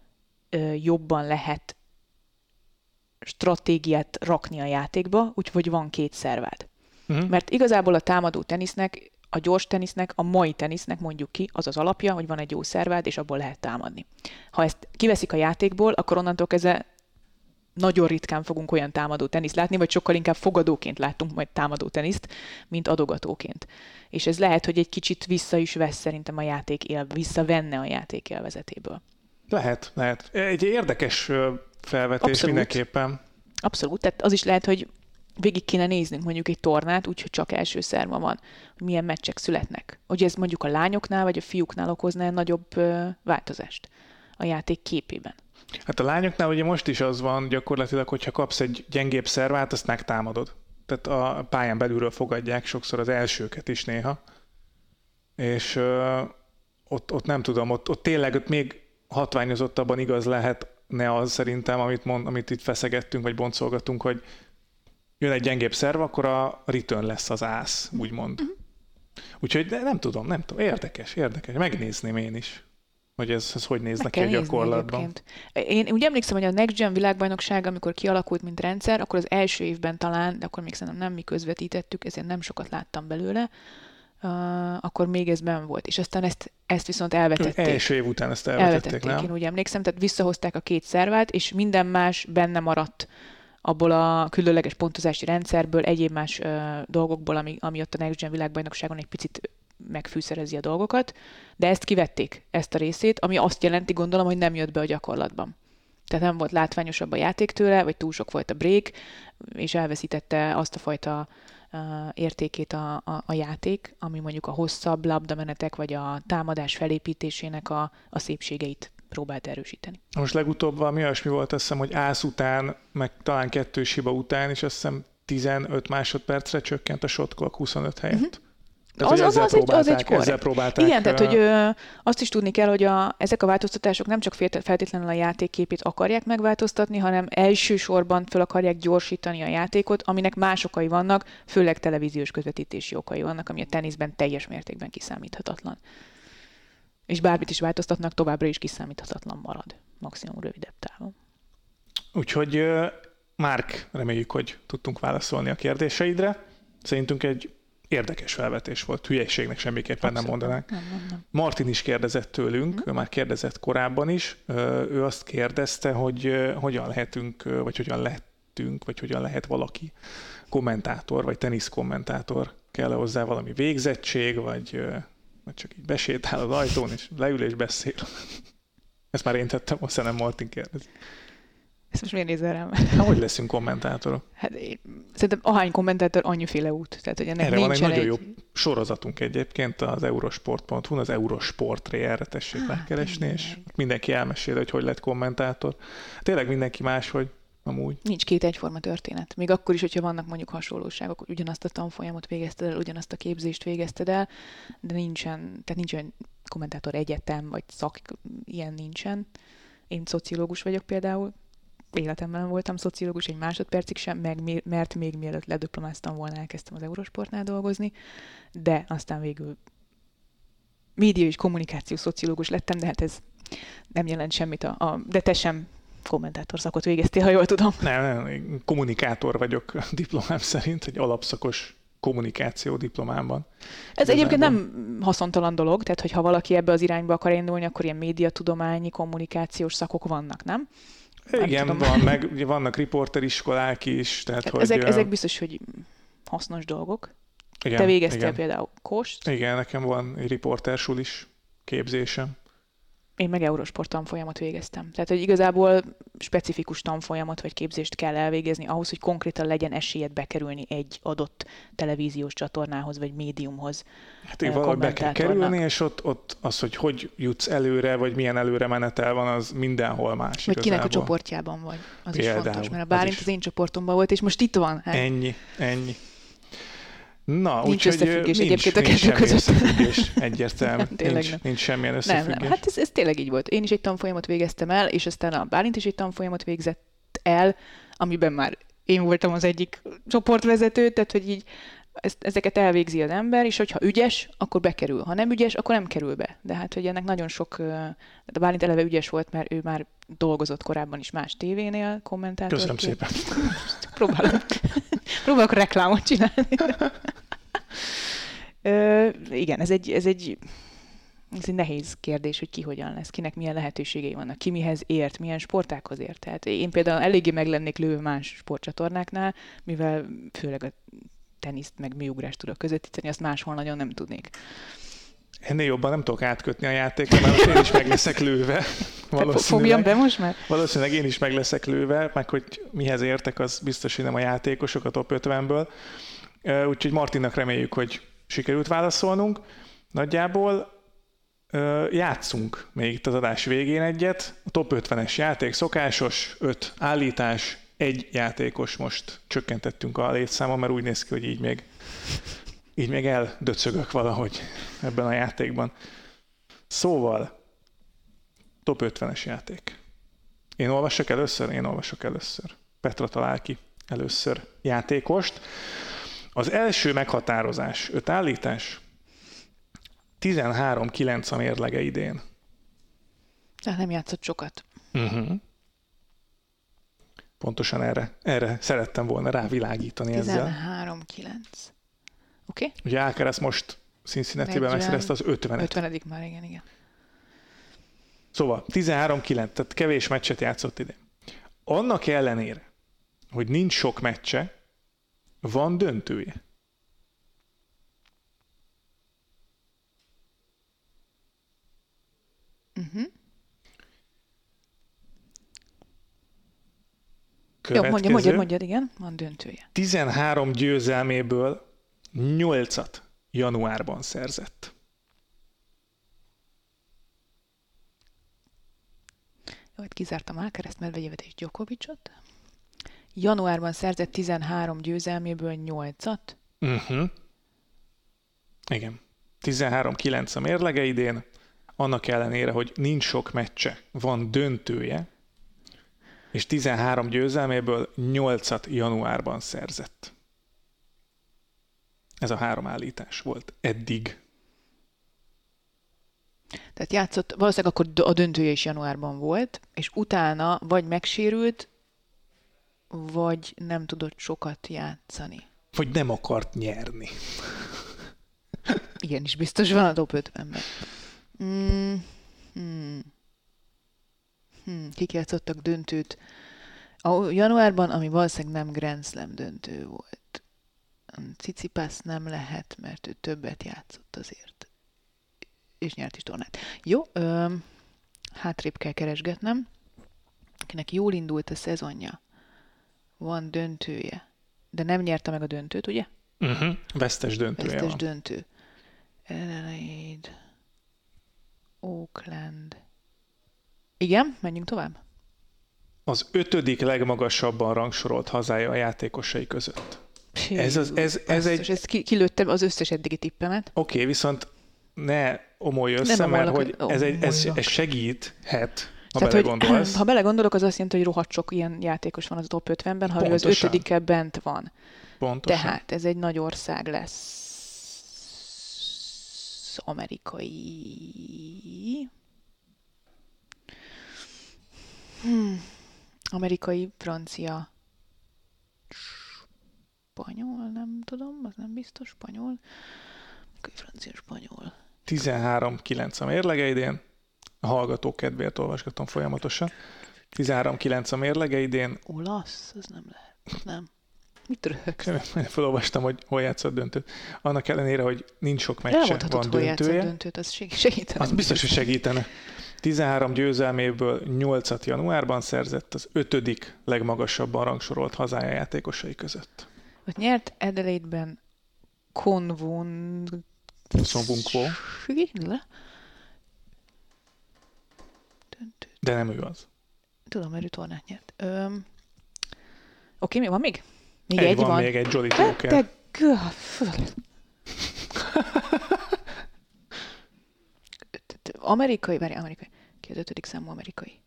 ö, jobban lehet stratégiát rakni a játékba, úgyhogy van két szervád. Uh-huh. Mert igazából a támadó tenisznek, a gyors tenisznek, a mai tenisznek mondjuk ki, az az alapja, hogy van egy jó szervád, és abból lehet támadni. Ha ezt kiveszik a játékból, akkor onnantól kezdve nagyon ritkán fogunk olyan támadó teniszt látni, vagy sokkal inkább fogadóként láttunk majd támadó teniszt, mint adogatóként. És ez lehet, hogy egy kicsit vissza is vesz szerintem a játék él, visszavenne a játék élvezetéből. Lehet, lehet. Egy érdekes felvetés Abszolút. mindenképpen. Abszolút, tehát az is lehet, hogy végig kéne néznünk mondjuk egy tornát, úgyhogy csak első szerva van, hogy milyen meccsek születnek. Hogy ez mondjuk a lányoknál vagy a fiúknál okozna nagyobb ö, változást a játék képében. Hát a lányoknál ugye most is az van gyakorlatilag, hogyha kapsz egy gyengébb szervát, azt megtámadod. Tehát a pályán belülről fogadják sokszor az elsőket is néha. És ö, ott, ott nem tudom, ott, ott tényleg ott még hatványozottabban igaz lehetne az szerintem, amit, mond, amit itt feszegettünk, vagy boncolgatunk, hogy jön egy gyengébb szerv, akkor a return lesz az ász, úgymond. Uh-huh. Úgyhogy de nem tudom, nem tudom. Érdekes, érdekes. Megnézném én is, hogy ez, ez hogy néz neki a gyakorlatban. Én úgy emlékszem, hogy a Next Gen világbajnokság, amikor kialakult, mint rendszer, akkor az első évben talán, de akkor még szerintem nem mi közvetítettük, ezért nem sokat láttam belőle, uh, akkor még ez benn volt. És aztán ezt, ezt viszont elvetették. Első év után ezt elvetették, elvetették nem? Én úgy emlékszem, tehát visszahozták a két szervát, és minden más benne maradt abból a különleges pontozási rendszerből, egyéb más ö, dolgokból, ami, ami ott a Next Gen világbajnokságon egy picit megfűszerezi a dolgokat, de ezt kivették, ezt a részét, ami azt jelenti, gondolom, hogy nem jött be a gyakorlatban. Tehát nem volt látványosabb a játék tőle, vagy túl sok volt a break, és elveszítette azt a fajta ö, értékét a, a, a játék, ami mondjuk a hosszabb labdamenetek, vagy a támadás felépítésének a, a szépségeit próbált erősíteni. Most legutóbb valami olyasmi volt, azt hiszem, hogy ász után, meg talán kettős hiba után, és azt hiszem tizenöt másodpercre csökkent a shot clock huszonöt helyett. Uh-huh. Tehát, az, az, az, egy, az egy ezzel próbálták. Igen, tehát hogy ö, azt is tudni kell, hogy a, ezek a változtatások nem csak feltétlenül a játékképét akarják megváltoztatni, hanem elsősorban fel akarják gyorsítani a játékot, aminek más okai vannak, főleg televíziós közvetítési okai vannak, ami a teniszben teljes mértékben kiszámíthatatlan. És bármit is változtatnak, továbbra is kiszámíthatatlan marad, maximum rövidebb távon. Úgyhogy Márk, reméljük, hogy tudtunk válaszolni a kérdéseidre. Szerintünk egy érdekes felvetés volt, hülyeségnek semmiképpen Abszolút. nem mondanánk. Nem, nem, nem. Martin is kérdezett tőlünk, hmm. ő már kérdezett korábban is. Ő azt kérdezte, hogy hogyan lehetünk, vagy hogyan lehetünk, vagy hogyan lehet valaki kommentátor, vagy teniszkommentátor. Kell-e hozzá valami végzettség, vagy, vagy csak így besétál az ajtón, és leül és beszél. Ezt már én tettem, aztán nem Martin kérdez. Ezt most miért nézel rám? Hát, hogy leszünk kommentátorok? Hát én, szerintem ahány kommentátor, annyiféle út. Tehát, hogy ennek erre van egy nagyon egy... jó sorozatunk egyébként az eurosport pont hu, az Eurosportré, erre tessék ah, megkeresni, és mindenki elmesél, hogy hogy lett kommentátor. Tényleg mindenki máshogy amúgy. Nincs két egyforma történet. Még akkor is, hogyha vannak mondjuk hasonlóságok, hogy ugyanazt a tanfolyamot végezted el, ugyanazt a képzést végezted el, de nincsen, tehát nincs olyan kommentátor egyetem, vagy szak, ilyen nincsen. Én szociológus vagyok például, életemben nem voltam szociológus egy másodpercig sem, meg, mert még mielőtt lediplomáztam volna, elkezdtem az Eurosportnál dolgozni, de aztán végül média és kommunikáció szociológus lettem, de hát ez nem jelent semmit, a, a, de te sem kommentátor szakot végeztél, ha jól tudom. Nem, nem, kommunikátor vagyok diplomám szerint, egy alapszakos kommunikáció diplomámban. Ez Igazából... egyébként nem haszontalan dolog, tehát hogyha valaki ebbe az irányba akar indulni, akkor ilyen médiatudományi, kommunikációs szakok vannak, nem? Igen, van, meg vannak riporteriskolák is. Tehát, tehát hogy ezek, ezek biztos, hogy hasznos dolgok. Igen, Te végeztél igen. például Kost. Igen, nekem van egy riportersulis képzésem. Én meg Eurosport tanfolyamot végeztem. Tehát, hogy igazából specifikus tanfolyamot vagy képzést kell elvégezni ahhoz, hogy konkrétan legyen esélyed bekerülni egy adott televíziós csatornához vagy médiumhoz. Hát így valahogy be kell kerülni, és ott, ott az, hogy hogy jutsz előre, vagy milyen előre menetel van, az mindenhol más. Vagy igazából. kinek a csoportjában vagy. Az Például, is fontos, mert a Bálint az, az én csoportomban volt, és most itt van. Hát. Ennyi, ennyi. Na, nincs úgy, összefüggés nincs, egyébként a nincs kettő között. Összefüggés, egyértelmű. Nem, nincs, nem. nincs semmilyen összefüggés. Nem, nem. Hát ez, ez tényleg így volt. Én is egy tanfolyamot végeztem el, és aztán a Bálint is egy tanfolyamot végzett el, amiben már én voltam az egyik csoportvezető, tehát hogy így ezt, ezeket elvégzi az ember, és hogyha ügyes, akkor bekerül. Ha nem ügyes, akkor nem kerül be. De hát, hogy ennek nagyon sok... A Bálint eleve ügyes volt, mert ő már dolgozott korábban is más tévénél kommentátorként. Köszönöm szépen. Próbálok, próbálok reklámot csinálni. Ö, igen, ez egy, ez, egy, ez egy nehéz kérdés, hogy ki hogyan lesz, kinek milyen lehetőségei vannak, ki mihez ért, milyen sportákhoz ért. Tehát én például eléggé meg lennék lőve más sportcsatornáknál, mivel főleg a teniszt meg műugrást tudok közvetíteni, azt máshol nagyon nem tudnék. Ennél jobban nem tudok átkötni a játékra, mert én is meg leszek lőve. Fogjam be most már? Valószínűleg én is meg leszek lőve, meg hogy mihez értek, az biztos, hogy nem a játékosok a top ötvenből. Úgyhogy Martinnak reméljük, hogy sikerült válaszolnunk. Nagyjából játszunk még itt az adás végén egyet. A top ötvenes játék szokásos, öt állítás, egy játékos, most csökkentettünk a létszámon, mert úgy néz ki, hogy így még, így még eldöcögök valahogy ebben a játékban. Szóval, top ötvenes játék. Én olvasok először? Én olvasok először. Petra talál ki először játékost. Az első meghatározás, öt állítás, tizenhárom kilenc a mérlege idén. Hát nem játszott sokat. Uh-huh. Pontosan erre, erre szerettem volna rávilágítani ezzel. tizenhárom kilenc. Oké? Okay. Ugye Alcaraz most Cincinnati-ben megszerezte az ötvenet. ötvenedik már, igen, igen. Szóval tizenhárom kilenc, tehát kevés meccset játszott idén. Annak ellenére, hogy nincs sok meccse, van döntője. Uh-huh. Jó, mondja, mondja, mondja, igen, van döntője. tizenhárom győzelméből nyolcat januárban szerzett. Jó, kizártam Alcaraz, Medvegyevet és Djokovicot. Januárban szerzett tizenhárom győzelméből nyolcat. Uh-huh. Igen. tizenhárom kilenc a mérlege idén. Annak ellenére, hogy nincs sok meccse, van döntője, és tizenhárom győzelméből nyolcat januárban szerzett. Ez a három állítás volt eddig. Tehát játszott, valószínűleg akkor a döntője is januárban volt, és utána vagy megsérült, vagy nem tudott sokat játszani. Vagy nem akart nyerni. Igen, is biztos van a top ötvenben. Mm, hmm. Hmm. Kik játszottak döntőt a januárban, ami valószínűleg nem Grand Slam döntő volt. Tsitsipas nem lehet, mert ő többet játszott azért. És nyert is tornát. Jó, öm, hátrébb kell keresgetnem. Akinek jól indult a szezonja, van döntője, de nem nyerte meg a döntőt, ugye? Uh-huh. Vesztes döntője Vesztes van. döntő. Adelaide, Auckland. Igen, menjünk tovább. Az ötödik legmagasabban rangsorolt hazája a játékosai között. Pű, Ez, az, ez, ez basszus, egy... Ez ki, kilőttem az összes eddigi tippemet. Oké, okay, viszont ne omolj össze, Nem mert omolok, hogy ez, egy, ez, omoljak. ez segíthet, ha Tehát, belegondolsz. Hogy, ha belegondolok, az azt jelenti, hogy rohadt sok ilyen játékos van az top ötvenben, ha ő az Pontosan. ötödikkel bent van. Pontosan. Tehát ez egy nagy ország lesz. Amerikai. Hmm. Amerikai, francia, spanyol, nem tudom, az nem biztos, spanyol. Amerikai, francia, spanyol. tizenhárom kilenc a mérlege idén. A hallgatók kedvéért olvasgatom folyamatosan. tizenhárom kilenc a mérlege idén. Olasz? Az nem lehet. Nem. Mit röhögsz? Felolvastam, hogy hol játszott döntőt. Annak ellenére, hogy nincs sok meccse, Elmondhatod, van hol játszott döntője. döntőt, az segítene. Az biztos, hogy segítene. tizenhárom győzelméből nyolcat januárban szerzett, az ötödik legmagasabban rangsorolt hazája játékosai között. Ott nyert Adelaide-ben Konvon... Szombunkvó. Döntő. De nem ő az. Tudom, mert ő tornát nyert. Öm... Oké, mi van még? Még egy, egy van, van. még egy Jolly Te, Joker. te gö- Amerikai, várj, amerikai. Ki az ötödik számú amerikai?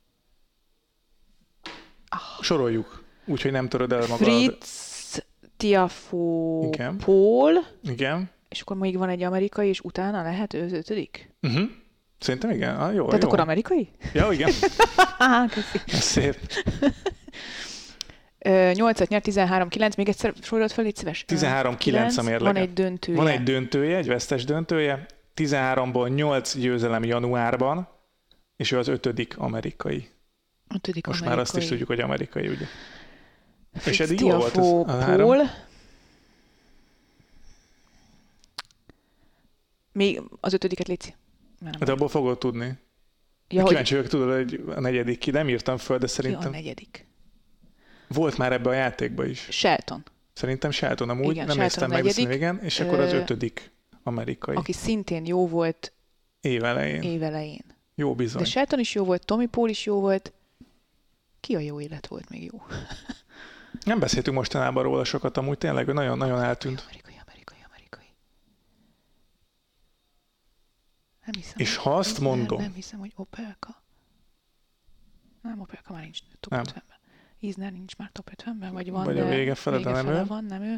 Soroljuk, úgyhogy nem töröd el magad. Fritz, Tiafoe, Igen. Paul, Igen. és akkor még van egy amerikai, és utána lehet ő az ötödik? Uh-huh. Szerintem igen. Ah, jó, Tehát jó. akkor amerikai? Ja, igen. Á, köszi. Ez szép. nyolcat nyert, tizenhárom kilenc, még egyszer sorolod fel, légy szíves. tizenhárom kilenc a mérlege. Van egy döntője. Van egy döntője, egy vesztes döntője. tizenháromból nyolc győzelem januárban, és ő az ötödik amerikai. ötödik Most amerikai. már azt is tudjuk, hogy amerikai, ugye? Fritz, És eddig jó volt ez a Tiafoe, három? Paul. Még az ötödiket légy. De abból fogod tudni. Ja, Kíváncsi vagyok, tudod, hogy a negyedik ki. Nem írtam föl, de ki a szerintem negyedik? volt már ebbe a játékba is. Shelton, Szerintem Shelton amúgy, Igen, nem Shelton néztem meg, negyedik. viszont igen, és akkor az Ö, ötödik amerikai. aki szintén jó volt Évelején. évelején. Jó bizony. De Shelton is jó volt, Tommy Paul is jó volt. Ki a jó élet volt még jó? Nem beszéltünk mostanában róla sokat, amúgy tényleg ő nagyon-nagyon eltűnt. Amerikai, amerikai, amerikai. Nem hiszem. És hogy- ha azt nem, mondom- Nem hiszem, hogy Opelka. Nem, Opelka már nincs top Nem. ötvenben. Isner nincs már top ötvenben, vagy van, Vagy a de vége fele, de nem fele ő. van, nem ő.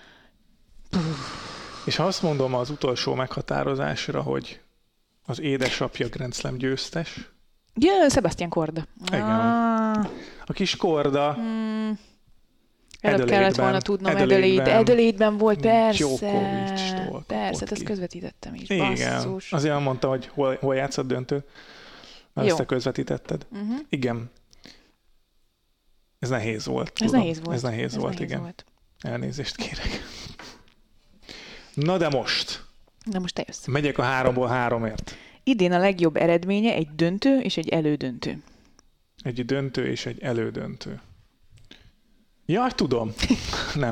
És ha azt mondom az utolsó meghatározásra, hogy az édesapja Grand Slam győztes, Ja, Sebastian Korda. Igen. Ah, a kis Korda, hmm. Előbb Adelaide-ben- kellett volna tudnom, Adelaide-ben- Adelaide, Adelaide-ben volt, persze. Djokovic-tól Persze, kapott ezt ki. közvetítettem is. igen, Basszus. azért mondtam, hogy hol, hol játszott döntő, mert Jó. ezt te közvetítetted. Uh-huh. Igen. Ez nehéz volt. Ez tudom. nehéz volt. Ez nehéz Ez volt, nehéz igen. Volt. Elnézést kérek. Na de most, Na most te jössz. megyek a háromból háromért. Idén a legjobb eredménye egy döntő és egy elődöntő. Egy döntő és egy elődöntő. Ja, tudom. Nem.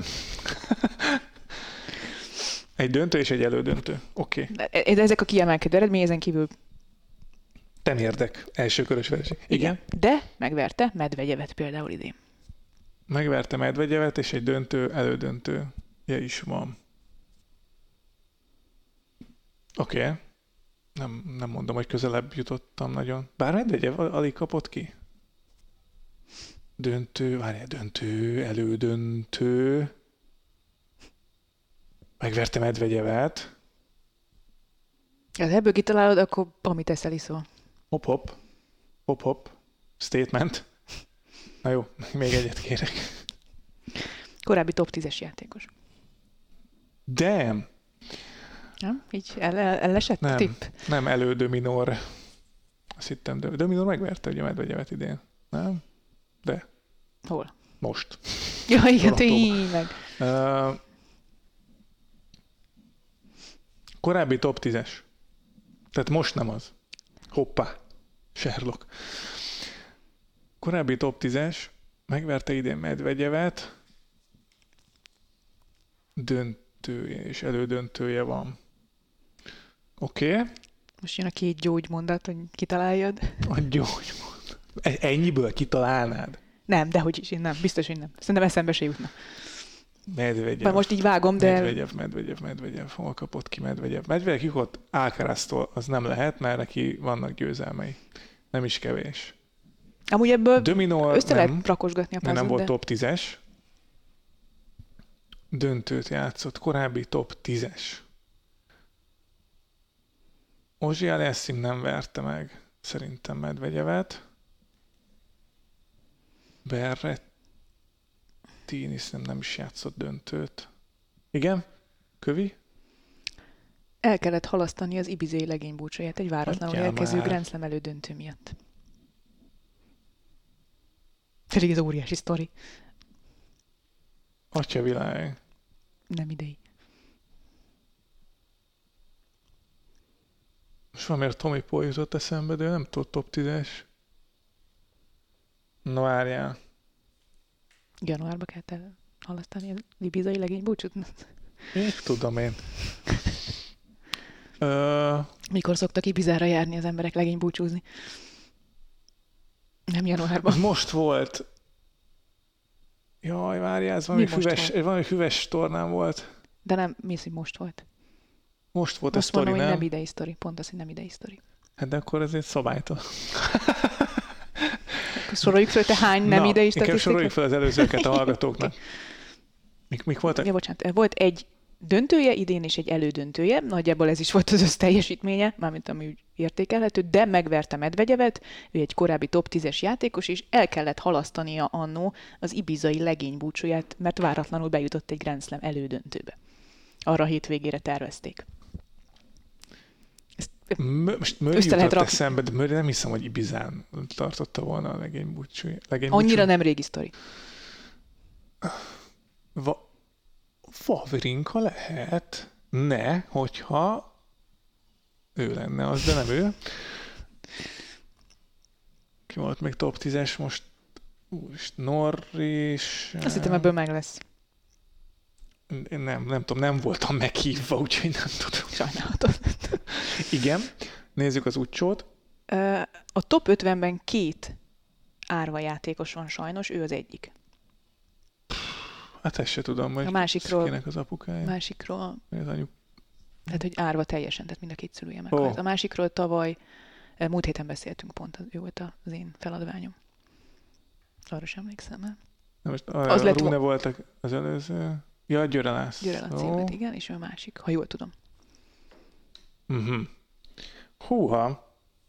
Egy döntő és egy elődöntő. Oké. Okay. De ezek a kiemelkedő eredmény, ezen kívül Temérdek, elsőkörös vereség. Igen. Igen. De megverte Medvegyevet például idén. Megverte Medvegyevet, és egy döntő, elődöntője is van. Oké. Okay. Nem, nem mondom, hogy közelebb jutottam nagyon. Bár Medvegyev alig kapott ki. Döntő, várjál, döntő, elődöntő. Megverte Medvegyevet. Ha ebből kitalálod, akkor amit eszel iszol. Hop-hop. Hop-hop. Statement. Na jó, még egyet kérek. Korábbi top tízes játékos. Damn. Nem? Így el, el, elesett nem, a tipp? Nem, elődő minor. Azt hittem, de, de minor megverte ugye Medvegyevet idén. Nem? De. Hol? Most. Ja, igen, tényleg. Uh, korábbi top tízes. Tehát most nem az. Hoppá. Sherlock. Korábbi top tízes. Megverte idén Medvegyevet. Döntője és elődöntője van. Oké. Okay. Most jön a két gyógymondat, hogy kitaláljad. A gyógymondat. Ennyiből kitalálnád? Nem, de hogy is én nem. Biztos, hogy nem. Szerintem eszembe se jutna. Medvegyev. Bár most így vágom, de... Medvegyev, Medvegyev, Medvegyev. Hol kapott ki Medvegyev? Medvegyev kikott Alcaraztól, az nem lehet, mert neki vannak győzelmei. Nem is kevés. Amúgy ebből Dominor, össze nem, lehet rakosgatni a puzzle, nem volt de... top tízes. Döntőt játszott, korábbi top tízes. Ozsi Alessim nem verte meg szerintem Medvegyevet. Berrettini nem is játszott döntőt. Igen? Kövi? El kellett halasztani az ibizai legénybúcsóját egy váratlanul Adjál érkező már. Grand Slam elődöntő miatt. Pedig ez óriási sztori. Atya világ. Nem idei. Most valamiért Tommy Paul jutott eszembe, de nem tudott top tízes. No, várjál. Januárba kellett elhalasztani az ibizai legénybúcsút? Én tudom én. Ö... Mikor szoktak Ibizára járni az emberek legénybúcsúzni? Nem januárban. Most volt. Jaj, várjál, ez valami Mi most füves, volt? valami füves tornán volt. De nem, mi az, hogy most volt? Most volt a Most sztori, mondom, nem? hogy nem idei sztori. Pont az, hogy nem idei sztori. Hát de akkor ez egy szabálytól. Akkor soroljuk fel, hogy te hány nem Na, idei inkább statisztikát? soroljuk fel az előzőket a hallgatóknak. Mik, mik voltak? Ja, bocsánat, volt egy döntője idén és egy elődöntője, nagyjából ez is volt az összteljesítménye, mármint ami úgy értékelhető, de megverte Medvegyevet, ő egy korábbi top tízes játékos, és el kellett halasztania annó az ibizai legénybúcsóját, mert váratlanul bejutott egy Grand Slam elődöntőbe. Arra a hétvégére tervezték. Ezt M- most Möri össze lehet jutott rakni. eszembe, de Möri nem hiszem, hogy Ibizán tartotta volna a legénybúcsú. Annyira nem régi sztori. Va- Wawrinka lehet, ne, hogyha ő lenne az, de nem ő. Ki volt még top tízes most? Úrist, Norris. Azt hittem, ebből meg lesz. Én nem, nem tudom, nem voltam meghívva, úgyhogy nem tudom. Sajnálatos. Igen, nézzük az útcsót. Ö, A top ötvenben két árva játékos van sajnos, ő az egyik. Hát ezt se tudom, hogy A másikról- kinek az apukája. Másikról, Vagy az anyuk. tehát hogy árva teljesen, tehát mind a két szülője Ó. meghalt. A másikról tavaly, eh, múlt héten beszéltünk pont, ő volt az én feladványom. Arra sem emlékszem el. Na most a, Az a lett Rune vo- voltak az előző. Ja, Győre Lász. Győre Laci volt, igen, és ő a másik, ha jól tudom. Uh-huh. Húha.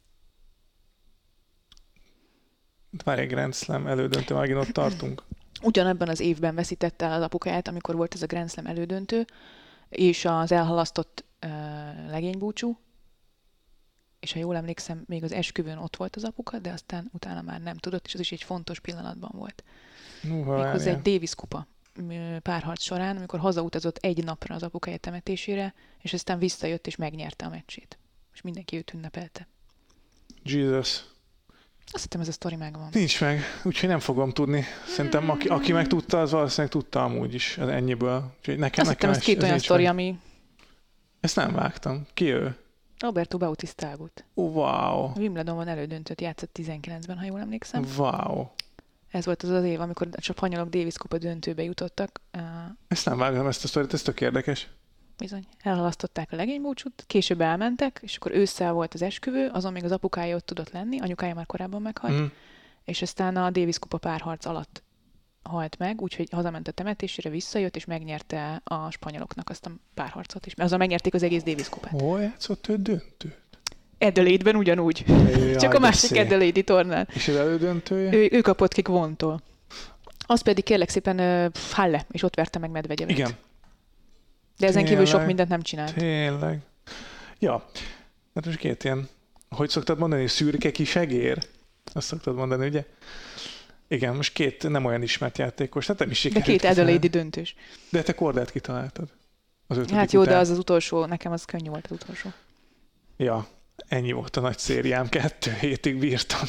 Várj, egy Grand Slam elődöntő, megint ott tartunk. Ugyanebben az évben veszítette el az apukáját, amikor volt ez a Grand Slam elődöntő, és az elhalasztott uh, legénybúcsú, és ha jól emlékszem, még az esküvőn ott volt az apuka, de aztán utána már nem tudott, és az is egy fontos pillanatban volt. Húha, Méghozzá várjál. egy Davis kupa m, párharc során, amikor hazautazott egy napra az apukája temetésére, és aztán visszajött és megnyerte a meccsét. És mindenki őt ünnepelte. Jesus. Azt hittem, ez a sztori megvan. Nincs meg, úgyhogy nem fogom tudni. Szerintem aki, aki meg tudta, az valószínűleg tudta amúgy is az ennyiből. Úgyhogy nekem, Azt hittem, nekem ez két olyan nincs sztori, meg. ami... Ezt nem vágtam. Ki ő? Roberto Bautista Agut. Oh, wow. Wimbledonban elődöntőt játszott tizenkilencben, ha jól emlékszem. Wow. Ez volt az az év, amikor a spanyolok Davis Kupa döntőbe jutottak. Ezt nem vágom, ezt a sztorit, ez tök érdekes. Bizony. Elhalasztották a legénybúcsút, később elmentek, és akkor ősszel volt az esküvő, azon még az apukája ott tudott lenni, anyukája már korábban meghalt, mm. és aztán a Davis Kupa párharc alatt halt meg, úgyhogy hazament a temetésére, visszajött, és megnyerte a spanyoloknak azt a párharcot is. Azzal megnyerték az egész Davis Kupát. Hol játszott ő döntőt? Adelaide-ben ugyanúgy. Jaj, csak a másik Adelaide-i tornán. És az elődöntője? Ő, ő kapott ki Kvontól. Az pedig kérlek szépen uh, Halle, és ott verte meg Medvegyevet. Igen. De ezen Tényleg, kívül sok mindent nem csinált. Tényleg. Ja. Hát most két ilyen, hogy szoktad mondani, szürke kis egér? Azt szoktad mondani, ugye? Igen, most két nem olyan ismert játékos. Hát nem is sikerült. De két Adelaide-i döntős. De te Kordát kitaláltad. Az hát jó, után. de az az utolsó, nekem az könnyű volt az utolsó. Ja, ennyi volt a nagy szériám, kettő hétig bírtam.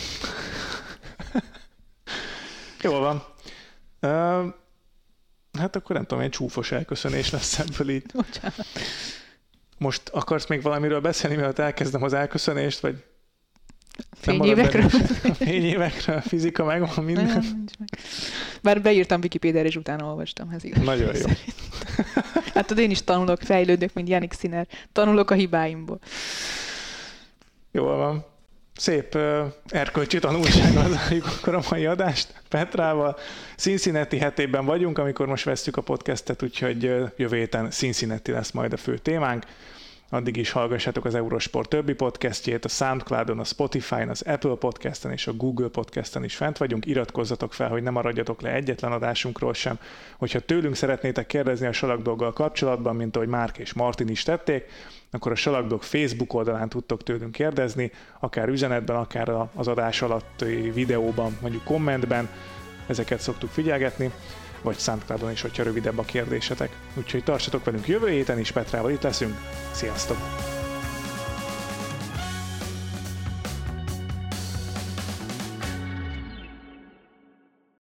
Jól van. Uh, hát akkor nem tudom, egy csúfos elköszönés lesz ebből így. Bocsánat. Most akarsz még valamiről beszélni, mielőtt elkezdem az elköszönést, vagy... Fényévekről? Fényévekről, fizika megvan minden. Nem, meg. Bár beírtam Wikipédiára, és utána olvastam. Ez igaz. Nagyon jó. Hát én is tanulok, fejlődök, mint Jannik Sinner. Tanulok a hibáimból. Jól van. Szép uh, erkölcsi tanulsággal zárjuk akkor a mai adást Petrával. Cincinnati hetében vagyunk, amikor most vesszük a podcastet, úgyhogy uh, jövő héten Cincinnati lesz majd a fő témánk. Addig is hallgassátok az Eurosport többi podcastjét, a Soundcloudon, a Spotify-on, az Apple Podcasten és a Google Podcasten is fent vagyunk. Iratkozzatok fel, hogy ne maradjatok le egyetlen adásunkról sem. Hogyha tőlünk szeretnétek kérdezni a Salakdoggal kapcsolatban, mint ahogy Márk és Martin is tették, akkor a Salakdog Facebook oldalán tudtok tőlünk kérdezni, akár üzenetben, akár az adás alatti videóban, mondjuk kommentben. Ezeket szoktuk figyelgetni, vagy Soundcloudon is, hogyha rövidebb a kérdésetek. Úgyhogy tartsatok velünk jövő héten is, Petrával itt leszünk. Sziasztok!